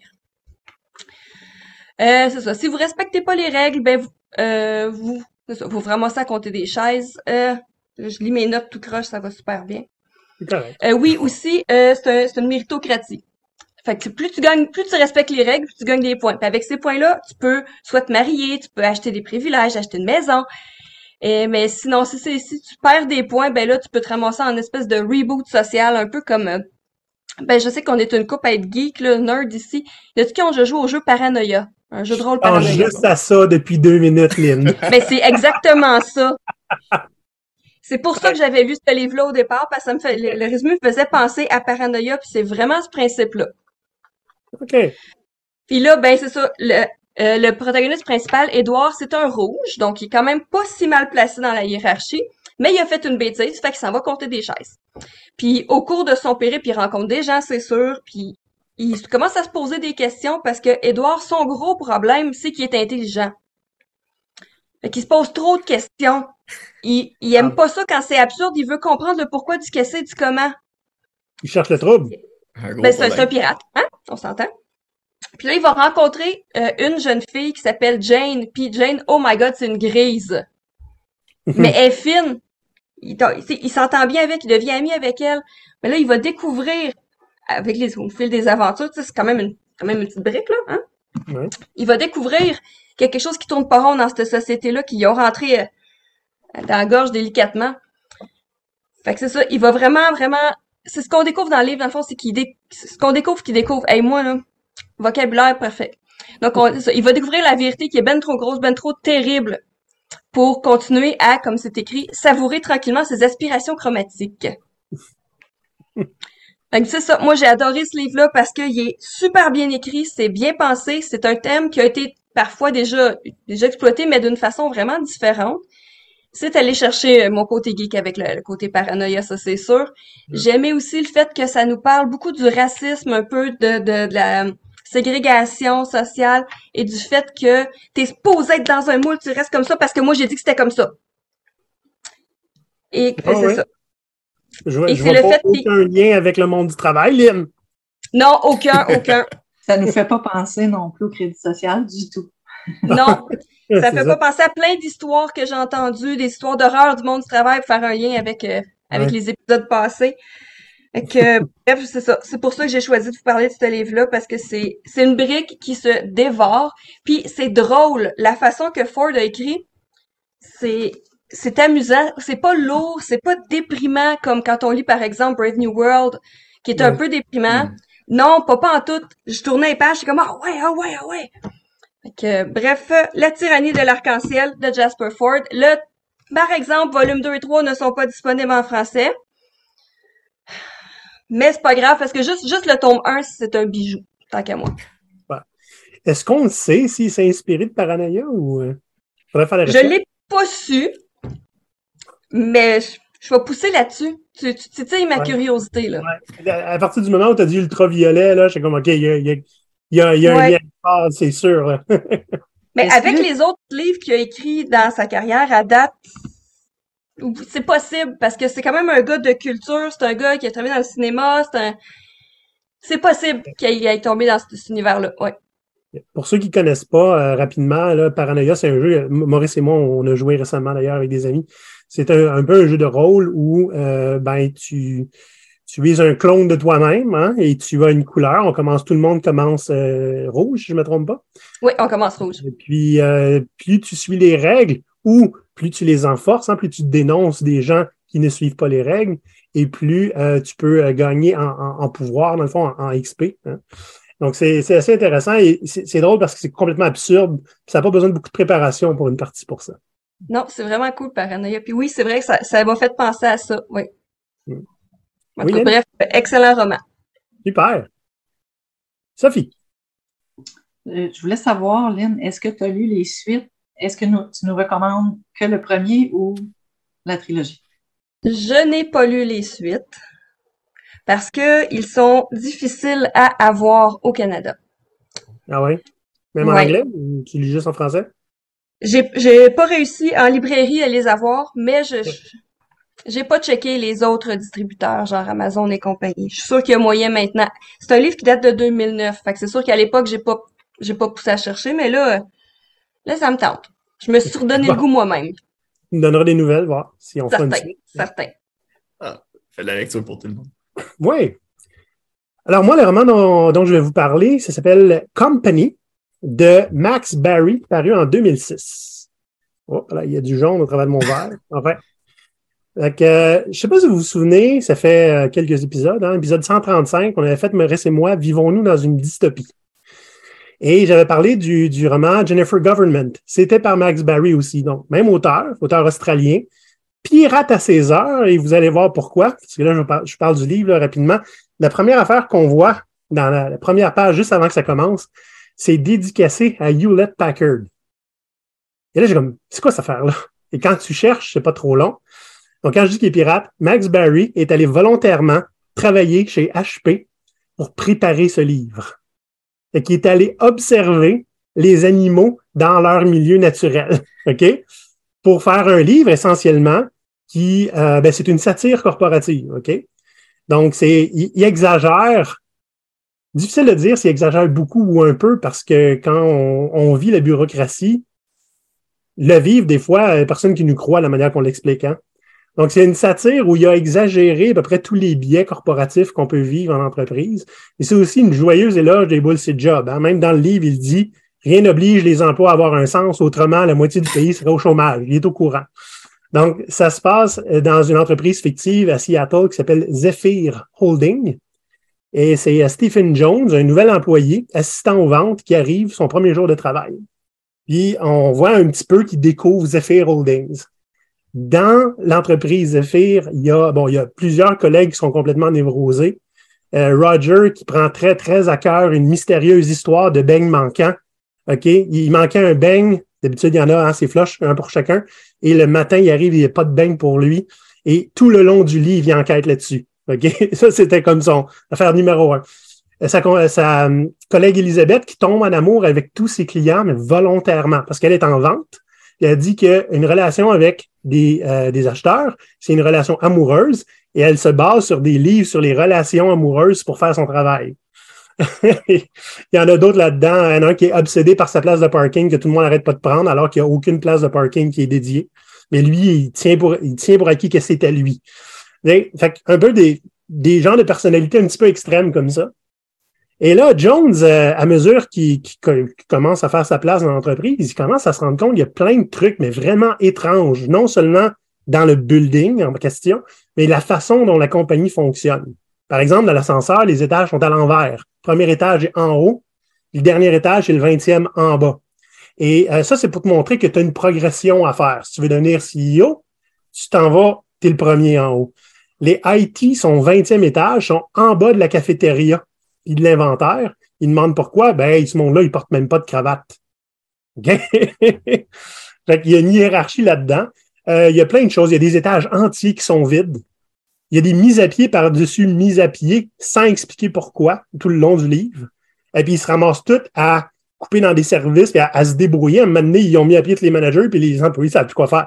C'est ça. Si vous respectez pas les règles, ben c'est ça, vous vous ramassez à compter des chaises. Je lis mes notes tout croche, ça va super bien. C'est correct. Oui, aussi, c'est une méritocratie. Fait que plus tu respectes les règles, plus tu gagnes des points. Puis avec ces points-là, tu peux soit te marier, tu peux acheter des privilèges, acheter une maison. Mais sinon, si tu perds des points, ben là, tu peux te ramasser en espèce de reboot social, un peu comme ben je sais qu'on est une couple à être geek, là, nerd ici. Y a-tu qui ont déjà joué au jeu Paranoia? Un jeu de rôle Je pense Paranoia. juste à ça depuis 2 minutes, Lynn. Ben c'est exactement ça. C'est pour ça que j'avais lu ce livre-là au départ, parce que ça me fait, le résumé me faisait penser à Paranoia, puis c'est vraiment ce principe-là. OK. Puis là, ben c'est ça, le protagoniste principal, Édouard, c'est un rouge, donc il est quand même pas si mal placé dans la hiérarchie, mais il a fait une bêtise, fait qu'il s'en va compter des chaises. Puis au cours de son périple, il rencontre des gens, c'est sûr, puis il commence à se poser des questions parce que Édouard, son gros problème, c'est qu'il est intelligent. Fait qu'il se pose trop de questions. Il aime pas ça quand c'est absurde, il veut comprendre le pourquoi du qu'est-ce et du comment. Il cherche le trouble. Un gros Ben, c'est un problème. pirate, hein? On s'entend? Puis là, il va rencontrer une jeune fille qui s'appelle Jane. Puis Jane, oh my god, c'est une grise. Mais elle est fine. Il s'entend bien avec, il devient ami avec elle. Mais là, il va découvrir, au fil des aventures, tu sais, c'est quand même une petite brique, là, hein? Ouais. Il va découvrir quelque chose qui tourne pas rond dans cette société-là, qui ont rentré dans la gorge délicatement. Fait que c'est ça, il va vraiment, c'est ce qu'on découvre dans le livre, dans le fond, c'est ce qu'on découvre qu'il découvre. Hey, moi, là, vocabulaire parfait. Donc, il va découvrir la vérité qui est ben trop grosse, ben trop terrible pour continuer à, comme c'est écrit, savourer tranquillement ses aspirations chromatiques. Donc, c'est ça. Moi, j'ai adoré ce livre-là parce qu'il est super bien écrit, c'est bien pensé, c'est un thème qui a été parfois déjà exploité, mais d'une façon vraiment différente. C'est aller chercher mon côté geek avec le côté paranoïa, ça c'est sûr. J'aimais aussi le fait que ça nous parle beaucoup du racisme, un peu de la ségrégation sociale et du fait que t'es supposé être dans un moule, tu restes comme ça parce que moi j'ai dit que c'était comme ça. Et c'est ouais. ça. Je Et vois pas aucun lien avec le monde du travail, Lynn. Non, aucun. Ça nous fait pas penser non plus au crédit social du tout. Non. Ça C'est fait pas penser à plein d'histoires que j'ai entendues, des histoires d'horreur du monde du travail pour faire un lien avec les épisodes passés. Fait que, bref, c'est ça. C'est pour ça que j'ai choisi de vous parler de ce livre-là, parce que c'est une brique qui se dévore. Puis c'est drôle. La façon que Ford a écrit, c'est amusant. C'est pas lourd, c'est pas déprimant comme quand on lit, par exemple, Brave New World, qui est un peu déprimant. Non, pas en tout. Je tournais les pages, c'est comme, ah ouais. Fait que, bref, La tyrannie de l'arc-en-ciel de Jasper Ford. Par exemple, volume 2 et 3 ne sont pas disponibles en français. Mais c'est pas grave, parce que juste le tome 1, c'est un bijou, tant qu'à moi. Ouais. Est-ce qu'on le sait s'il s'est inspiré de Paranoia ou faudrait faire la Je recherche? l'ai pas su, mais je vais pousser là-dessus. Tu sais ma curiosité, là. Ouais. À partir du moment où tu as dit ultraviolet, là, j'étais comme, OK, il y a un lien fort, c'est sûr. Là. Mais avec les autres livres qu'il a écrits dans sa carrière, à date, c'est possible, parce que c'est quand même un gars de culture, c'est un gars qui a travaillé dans le cinéma, c'est possible qu'il ait tombé dans cet univers-là, ouais. Pour ceux qui ne connaissent pas, rapidement, là, Paranoia, c'est un jeu, Maurice et moi, on a joué récemment d'ailleurs avec des amis. C'est un peu un jeu de rôle où tu es un clone de toi-même, hein, et tu as une couleur. Tout le monde commence rouge, si je ne me trompe pas. Oui, on commence rouge. Et puis, plus tu suis les règles ou plus tu les enforces, hein, plus tu dénonces des gens qui ne suivent pas les règles, et plus tu peux gagner en pouvoir, dans le fond, en XP. Hein. Donc, c'est assez intéressant et c'est drôle parce que c'est complètement absurde. Ça n'a pas besoin de beaucoup de préparation pour une partie pour ça. Non, c'est vraiment cool, Paranoia. Puis oui, c'est vrai que ça m'a fait penser à ça, oui. Oui, bref, excellent roman. Super. Sophie. Je voulais savoir, Lynn, est-ce que tu as lu les suites? Est-ce que tu nous recommandes que le premier ou la trilogie? Je n'ai pas lu les suites. parce que ils sont difficiles à avoir au Canada. Ah oui? Même en Ouais. anglais ou tu lis juste en français? J'ai pas réussi en librairie à les avoir, mais j'ai pas checké les autres distributeurs, genre Amazon et compagnie. Je suis sûre qu'il y a moyen maintenant. C'est un livre qui date de 2009, fait que c'est sûr qu'à l'époque, j'ai pas poussé à chercher, mais là, ça me tente. Je me suis redonné le Bon, goût moi-même. tu me donneras des nouvelles, voir si on fera une Certain, suite. certain. Ah, fait de la lecture pour tout le monde. Oui. Alors, moi, le roman dont je vais vous parler, ça s'appelle Company de Max Barry, paru en 2006. Oh, là, il y a du jaune au travers de mon verre. Enfin. Donc, je sais pas si vous vous souvenez, ça fait quelques épisodes, hein, épisode 135, on avait fait Maurice et moi, Vivons-nous dans une dystopie. Et j'avais parlé du roman Jennifer Government. C'était par Max Barry aussi, donc même auteur australien, pirate à ses heures, et vous allez voir pourquoi, parce que là, je parle du livre là, rapidement. La première affaire qu'on voit dans la première page, juste avant que ça commence, c'est dédicacé à Hewlett Packard. Et là, j'ai comme, c'est quoi cette affaire-là? Et quand tu cherches, c'est pas trop long. Donc, quand je dis qu'il est pirate, Max Barry est allé volontairement travailler chez HP pour préparer ce livre. Et qui est allé observer les animaux dans leur milieu naturel, OK? Pour faire un livre, essentiellement, qui, c'est une satire corporative, OK? Donc, il exagère. Difficile de dire s'il exagère beaucoup ou un peu, parce que quand on vit la bureaucratie, le vivre, des fois, personne qui nous croit à la manière qu'on l'explique, hein? Donc, c'est une satire où il a exagéré à peu près tous les biais corporatifs qu'on peut vivre en entreprise. Et c'est aussi une joyeuse éloge des bullshit jobs, hein? Même dans le livre, il dit « Rien n'oblige les emplois à avoir un sens, autrement, la moitié du pays serait au chômage. » Il est au courant. Donc, ça se passe dans une entreprise fictive à Seattle qui s'appelle Zephyr Holding. Et c'est Stephen Jones, un nouvel employé, assistant aux ventes, qui arrive son premier jour de travail. Puis, on voit un petit peu qu'il découvre Zephyr Holdings. Dans l'entreprise Zephyr, il y a plusieurs collègues qui sont complètement névrosés. Roger, qui prend très, très à cœur une mystérieuse histoire de beigne manquant. OK? Il manquait un beigne. D'habitude, il y en a, hein, c'est flush, un pour chacun. Et le matin, il arrive, il n'y a pas de beigne pour lui. Et tout le long du livre, il enquête là-dessus. OK? Ça, c'était comme son affaire numéro 1. Sa collègue Elisabeth qui tombe en amour avec tous ses clients, mais volontairement, parce qu'elle est en vente. Elle a dit qu'une relation avec des acheteurs, c'est une relation amoureuse, et elle se base sur des livres sur les relations amoureuses pour faire son travail. Il y en a d'autres là-dedans. Il y en a un qui est obsédé par sa place de parking que tout le monde n'arrête pas de prendre, alors qu'il n'y a aucune place de parking qui est dédiée. Mais lui, il tient pour acquis que c'est à lui. Fait un peu des genres de personnalités un petit peu extrêmes comme ça. Et là, Jones, à mesure qu'il commence à faire sa place dans l'entreprise, il commence à se rendre compte qu'il y a plein de trucs, mais vraiment étranges, non seulement dans le building en question, mais la façon dont la compagnie fonctionne. Par exemple, dans l'ascenseur, les étages sont à l'envers. Le premier étage est en haut, le dernier étage est le 20e en bas. Et ça, c'est pour te montrer que tu as une progression à faire. Si tu veux devenir CEO, tu t'en vas, tu es le premier en haut. Les IT sont au 20e étage, sont en bas de la cafétéria et de l'inventaire. Ils demandent pourquoi. Ben, ce monde-là, ils portent même pas de cravate. Okay? Fait qu'il y a une hiérarchie là-dedans. Il y a plein de choses. Il y a des étages entiers qui sont vides. Il y a des mises à pied par-dessus mises à pied sans expliquer pourquoi tout le long du livre. Et puis, ils se ramassent tous à couper dans des services et à se débrouiller. À un moment donné, ils ont mis à pied tous les managers puis les employés ne savent plus quoi faire.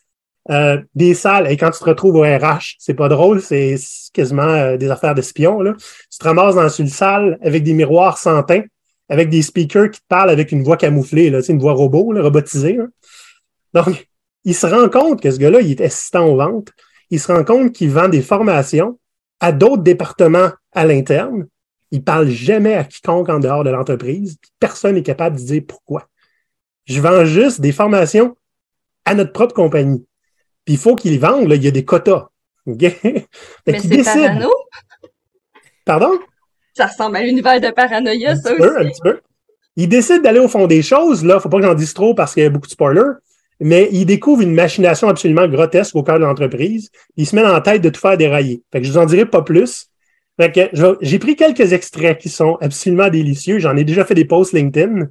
Des salles, et quand tu te retrouves au RH, c'est pas drôle, c'est quasiment des affaires d'espions, là. Tu te ramasses dans une salle avec des miroirs sans teint, avec des speakers qui te parlent avec une voix camouflée, là, une voix robot, là, robotisée. Là. Donc, il se rend compte que ce gars-là, il est assistant aux ventes. Il se rend compte qu'il vend des formations à d'autres départements à l'interne. Il parle jamais à quiconque en dehors de l'entreprise. Personne n'est capable de dire pourquoi. Je vends juste des formations à notre propre compagnie. Puis il faut qu'il vende, là, il y a des quotas. Okay? Mais c'est parano? Pardon? Ça ressemble à l'univers de paranoïa, ça aussi. Un petit peu. Il décide d'aller au fond des choses. Là, faut pas que j'en dise trop parce qu'il y a beaucoup de spoilers. Mais il découvre une machination absolument grotesque au cœur de l'entreprise. Il se met en tête de tout faire dérailler. Fait que je vous en dirai pas plus. Fait que j'ai pris quelques extraits qui sont absolument délicieux. J'en ai déjà fait des posts LinkedIn.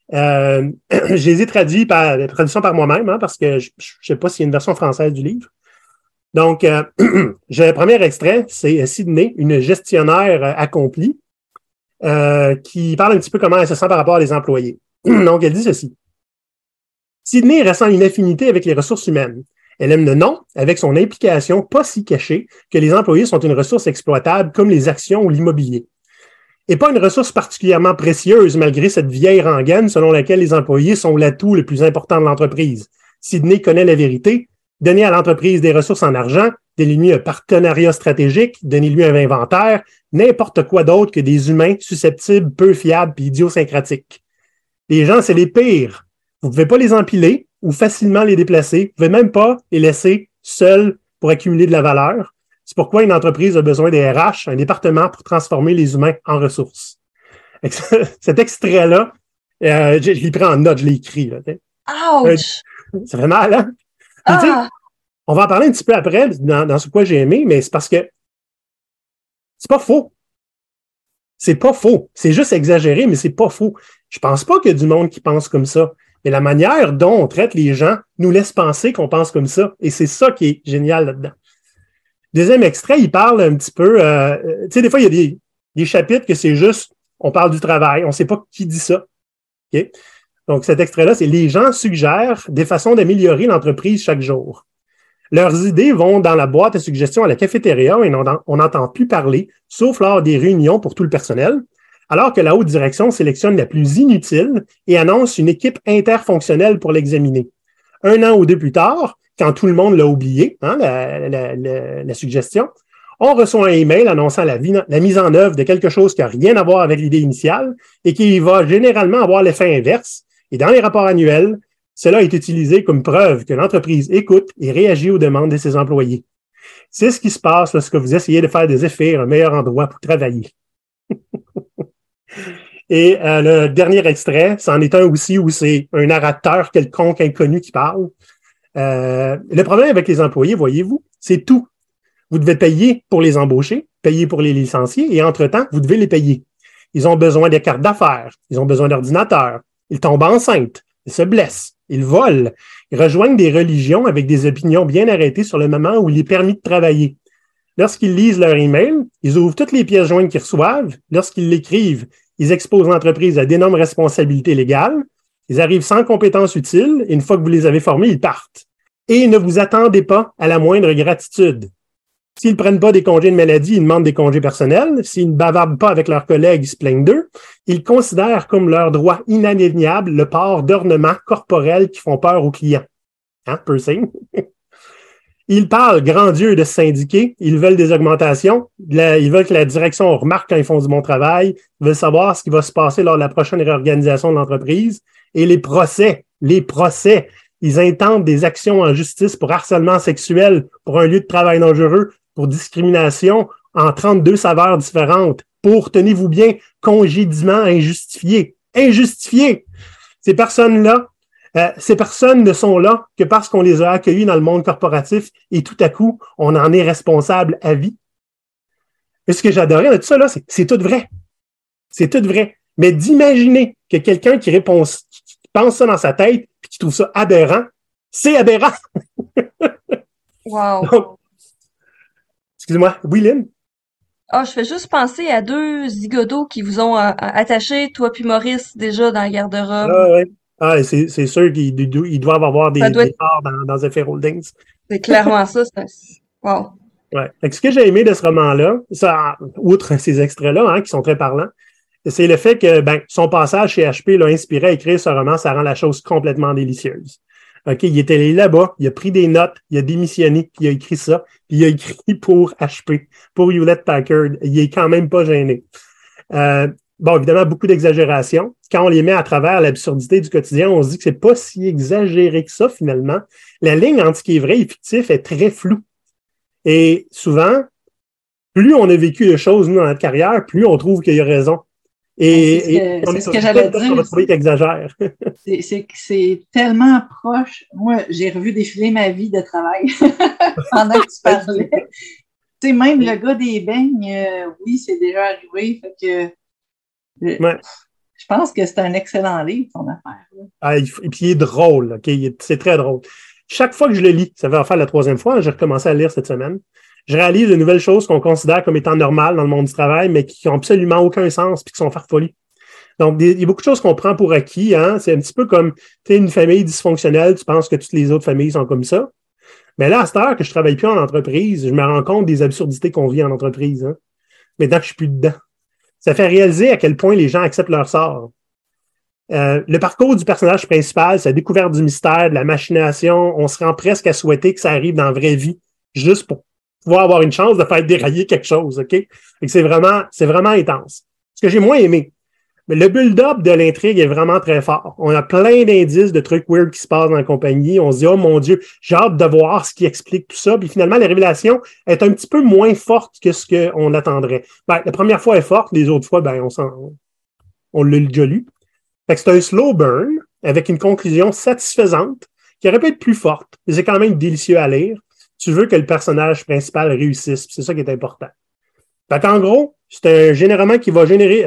Je les ai traduits par moi-même, hein, parce que je sais pas s'il y a une version française du livre. Donc, j'ai le premier extrait, c'est Sydney, une gestionnaire accomplie, qui parle un petit peu comment elle se sent par rapport à les employés. Donc, elle dit ceci. Sydney ressent une affinité avec les ressources humaines. Elle aime le nom, avec son implication pas si cachée que les employés sont une ressource exploitable comme les actions ou l'immobilier. Et pas une ressource particulièrement précieuse malgré cette vieille rengaine selon laquelle les employés sont l'atout le plus important de l'entreprise. Sydney connaît la vérité. Donner à l'entreprise des ressources en argent, donner-lui un partenariat stratégique, donner-lui un inventaire, n'importe quoi d'autre que des humains susceptibles, peu fiables et idiosyncratiques. Les gens, c'est les pires. Vous ne pouvez pas les empiler ou facilement les déplacer. Vous ne pouvez même pas les laisser seuls pour accumuler de la valeur. C'est pourquoi une entreprise a besoin des RH, un département pour transformer les humains en ressources. Cet extrait-là, je l'ai pris en note, je l'ai écrit. Là, Ouch! Ça fait mal, hein? Puis, on va en parler un petit peu après dans ce quoi j'ai aimé, mais c'est parce que c'est pas faux. C'est pas faux. C'est juste exagéré, mais c'est pas faux. Je pense pas qu'il y a du monde qui pense comme ça. Mais la manière dont on traite les gens nous laisse penser qu'on pense comme ça. Et c'est ça qui est génial là-dedans. Deuxième extrait, il parle un petit peu... tu sais, des fois, il y a des chapitres que c'est juste, on parle du travail, on ne sait pas qui dit ça. Okay? Donc, cet extrait-là, c'est « Les gens suggèrent des façons d'améliorer l'entreprise chaque jour. Leurs idées vont dans la boîte à suggestions à la cafétéria et on n'entend plus parler, sauf lors des réunions pour tout le personnel, alors que la haute direction sélectionne la plus inutile et annonce une équipe interfonctionnelle pour l'examiner. 1 an ou 2 plus tard, quand tout le monde l'a oublié, hein, la suggestion, on reçoit un email annonçant la mise en œuvre de quelque chose qui n'a rien à voir avec l'idée initiale et qui va généralement avoir l'effet inverse. Et dans les rapports annuels, cela est utilisé comme preuve que l'entreprise écoute et réagit aux demandes de ses employés. C'est ce qui se passe lorsque vous essayez de faire des effets un meilleur endroit pour travailler. Et le dernier extrait, c'en est un aussi où c'est un narrateur quelconque inconnu qui parle. Le problème avec les employés, voyez-vous, c'est tout. Vous devez payer pour les embaucher, payer pour les licencier, et entre-temps, vous devez les payer. Ils ont besoin de cartes d'affaires, ils ont besoin d'ordinateurs, ils tombent enceintes, ils se blessent, ils volent, ils rejoignent des religions avec des opinions bien arrêtées sur le moment où il est permis de travailler. Lorsqu'ils lisent leur email, ils ouvrent toutes les pièces jointes qu'ils reçoivent. Lorsqu'ils l'écrivent, ils exposent l'entreprise à d'énormes responsabilités légales. Ils arrivent sans compétences utiles et une fois que vous les avez formés, ils partent. Et ne vous attendez pas à la moindre gratitude. S'ils ne prennent pas des congés de maladie, ils demandent des congés personnels. S'ils ne bavardent pas avec leurs collègues, ils se plaignent d'eux. Ils considèrent comme leur droit inaliénable le port d'ornements corporels qui font peur aux clients. Hein, piercing? Ils parlent, grand Dieu, de se syndiquer. Ils veulent des augmentations. Ils veulent que la direction remarque quand ils font du bon travail. Ils veulent savoir ce qui va se passer lors de la prochaine réorganisation de l'entreprise. Et les procès. Ils intentent des actions en justice pour harcèlement sexuel, pour un lieu de travail dangereux, pour discrimination en 32 saveurs différentes, pour, tenez-vous bien, congédiement injustifié. Injustifié! Ces personnes ne sont là que parce qu'on les a accueillis dans le monde corporatif et tout à coup, on en est responsable à vie. Et ce que j'adorais de tout ça, là, c'est tout vrai. C'est tout vrai. Mais d'imaginer que quelqu'un qui pense ça dans sa tête et qui trouve ça aberrant, c'est aberrant! Wow! Donc, excusez-moi, oui, Lynn? Ah, je fais juste penser à 2 zigotos qui vous ont attaché, toi puis Maurice, déjà dans le garde-robe. Ah, ouais. Ah, c'est sûr qu'ils doivent avoir Ça doit des être, parts dans The Fair Holdings. c'est clairement ça. Wow. Ouais. Fait que ce que j'ai aimé de ce roman-là, ça, outre ces extraits-là, hein, qui sont très parlants, c'est le fait que son passage chez HP l'a inspiré à écrire ce roman, ça rend la chose complètement délicieuse. OK, il est allé là-bas, il a pris des notes, il a démissionné, puis il a écrit ça, puis il a écrit pour HP, pour Hewlett-Packard. Il est quand même pas gêné. Bon, évidemment, beaucoup d'exagération. Quand on les met à travers l'absurdité du quotidien, on se dit que c'est pas si exagéré que ça, finalement. La ligne entre ce qui est vrai et fictif est très floue. Et souvent, plus on a vécu de choses, nous, dans notre carrière, plus on trouve qu'il y a raison. C'est ce que j'allais dire. On va trouver qu'il exagère. C'est tellement proche. Moi, j'ai revu défiler ma vie de travail pendant que tu parlais. Tu sais, même le gars des beignes, oui, c'est déjà arrivé. Fait que je pense que c'est un excellent livre, ton affaire. Et puis il est drôle, OK? C'est très drôle. chaque fois que je le lis, ça va faire la 3e fois, j'ai recommencé à lire cette semaine, je réalise de nouvelles choses qu'on considère comme étant normales dans le monde du travail, mais qui n'ont absolument aucun sens puis qui sont farfelues. Donc, il y a beaucoup de choses qu'on prend pour acquis. Hein? C'est un petit peu comme une famille dysfonctionnelle, tu penses que toutes les autres familles sont comme ça. Mais là, à cette heure que je travaille plus en entreprise, je me rends compte des absurdités qu'on vit en entreprise. Hein? Maintenant que je suis plus dedans. Ça fait réaliser à quel point les gens acceptent leur sort. Le parcours du personnage principal, sa découverte du mystère, de la machination, on se rend presque à souhaiter que ça arrive dans la vraie vie, juste pour pouvoir avoir une chance de faire dérailler quelque chose, OK? Et c'est vraiment intense. Ce que j'ai moins aimé, mais le build-up de l'intrigue est vraiment très fort. On a plein d'indices de trucs weird qui se passent dans la compagnie. On se dit, oh mon Dieu, j'ai hâte de voir ce qui explique tout ça. Puis finalement, la révélation est un petit peu moins forte que ce qu'on attendrait. Ben, la première fois est forte, les autres fois, ben, on l'a déjà lu. Fait que c'est un slow burn avec une conclusion satisfaisante qui aurait pu être plus forte. Mais c'est quand même délicieux à lire. Tu veux que le personnage principal réussisse. C'est ça qui est important. Fait qu'en gros, c'est un généralement qui va générer...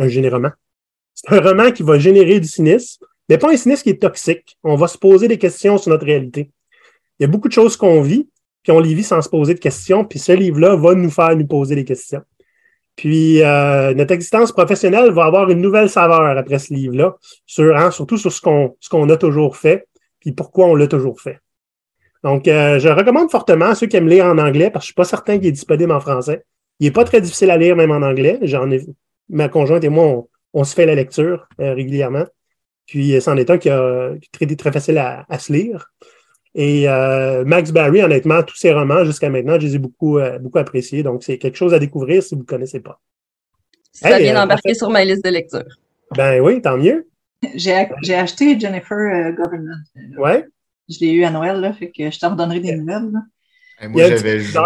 C'est un roman qui va générer du cynisme, mais pas un cynisme qui est toxique. On va se poser des questions sur notre réalité. Il y a beaucoup de choses qu'on vit, puis on les vit sans se poser de questions, puis ce livre-là va nous faire nous poser des questions. Puis notre existence professionnelle va avoir une nouvelle saveur après ce livre-là, surtout sur ce qu'on a toujours fait, puis pourquoi on l'a toujours fait. Donc, je recommande fortement à ceux qui aiment lire en anglais, parce que je suis pas certain qu'il est disponible en français. Il est pas très difficile à lire, même en anglais. Ma conjointe et moi, on se fait la lecture régulièrement. Puis, c'en est un qui est très facile à se lire. Et Max Barry, honnêtement, tous ses romans jusqu'à maintenant, je les ai beaucoup appréciés. Donc, c'est quelque chose à découvrir si vous ne connaissez pas. Ça vient d'embarquer sur ma liste de lecture. Ben oui, tant mieux. J'ai acheté Jennifer Government. Ouais. Je l'ai eu à Noël, là, fait que je t'en redonnerai des nouvelles. Là. Et moi, j'avais joué.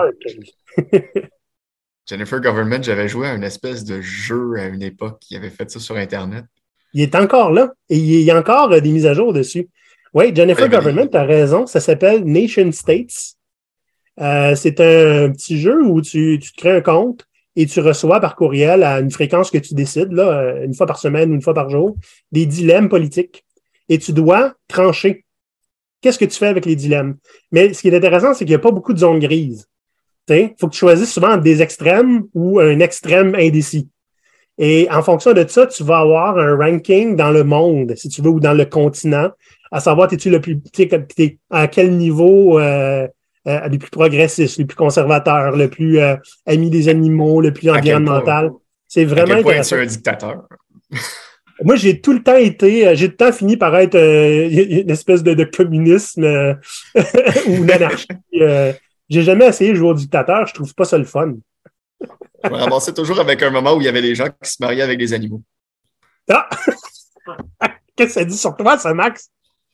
Jennifer Government, j'avais joué à une espèce de jeu à une époque qui avait fait ça sur Internet. Il est encore là. Et il y a encore des mises à jour dessus. Oui, Jennifer Government, tu as raison. Ça s'appelle Nation States. C'est un petit jeu où tu te crées un compte et tu reçois par courriel à une fréquence que tu décides, là, une fois par semaine ou une fois par jour, des dilemmes politiques. Et tu dois trancher. Qu'est-ce que tu fais avec les dilemmes? Mais ce qui est intéressant, c'est qu'il n'y a pas beaucoup de zones grises. Il faut que tu choisisses souvent entre des extrêmes ou un extrême indécis. Et en fonction de ça, tu vas avoir un ranking dans le monde, si tu veux, ou dans le continent, à savoir, es-tu le plus, à quel niveau le plus progressiste, le plus conservateur, le plus ami des animaux, le plus environnemental. C'est vraiment à quel point intéressant. es-tu un dictateur? Moi, j'ai tout le temps fini par être une espèce de communisme ou d'anarchie. J'ai jamais essayé de jouer au dictateur, je trouve pas ça le fun. Je me ramassais toujours avec un moment où il y avait des gens qui se mariaient avec des animaux. Ah! Qu'est-ce que ça dit sur toi, ça, Max?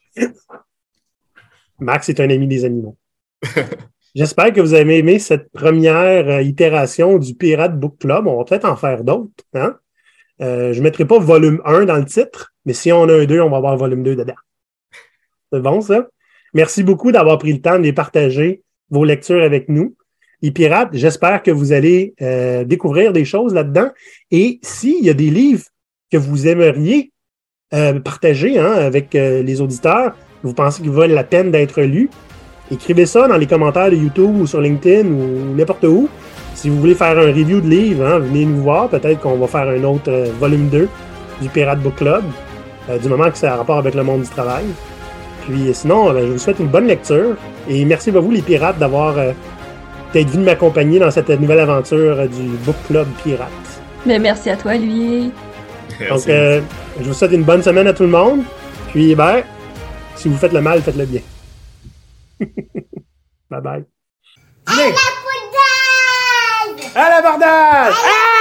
Max est un ami des animaux. J'espère que vous avez aimé cette première itération du Pirate Book Club. On va peut-être en faire d'autres. Hein? Je ne mettrai pas volume 1 dans le titre, mais si on a un 2, on va avoir volume 2 dedans. C'est bon, ça? Merci beaucoup d'avoir pris le temps de les partager, vos lectures avec nous. Les pirates, j'espère que vous allez découvrir des choses là-dedans. Et s'il y a des livres que vous aimeriez partager avec les auditeurs, vous pensez qu'ils valent la peine d'être lus, écrivez ça dans les commentaires de YouTube ou sur LinkedIn ou n'importe où. Si vous voulez faire un review de livre, venez nous voir. Peut-être qu'on va faire un autre volume 2 du Pirate Book Club, du moment que ça a rapport avec le monde du travail. Puis sinon, je vous souhaite une bonne lecture. Et merci à vous, les pirates, d'avoir d'être venus m'accompagner dans cette nouvelle aventure du Book Club Pirate. Mais merci à toi, lui. Donc, je vous souhaite une bonne semaine à tout le monde. Puis, si vous faites le mal, faites-le bien. Bye bye. À l'abordage! À l'abordage! Ah!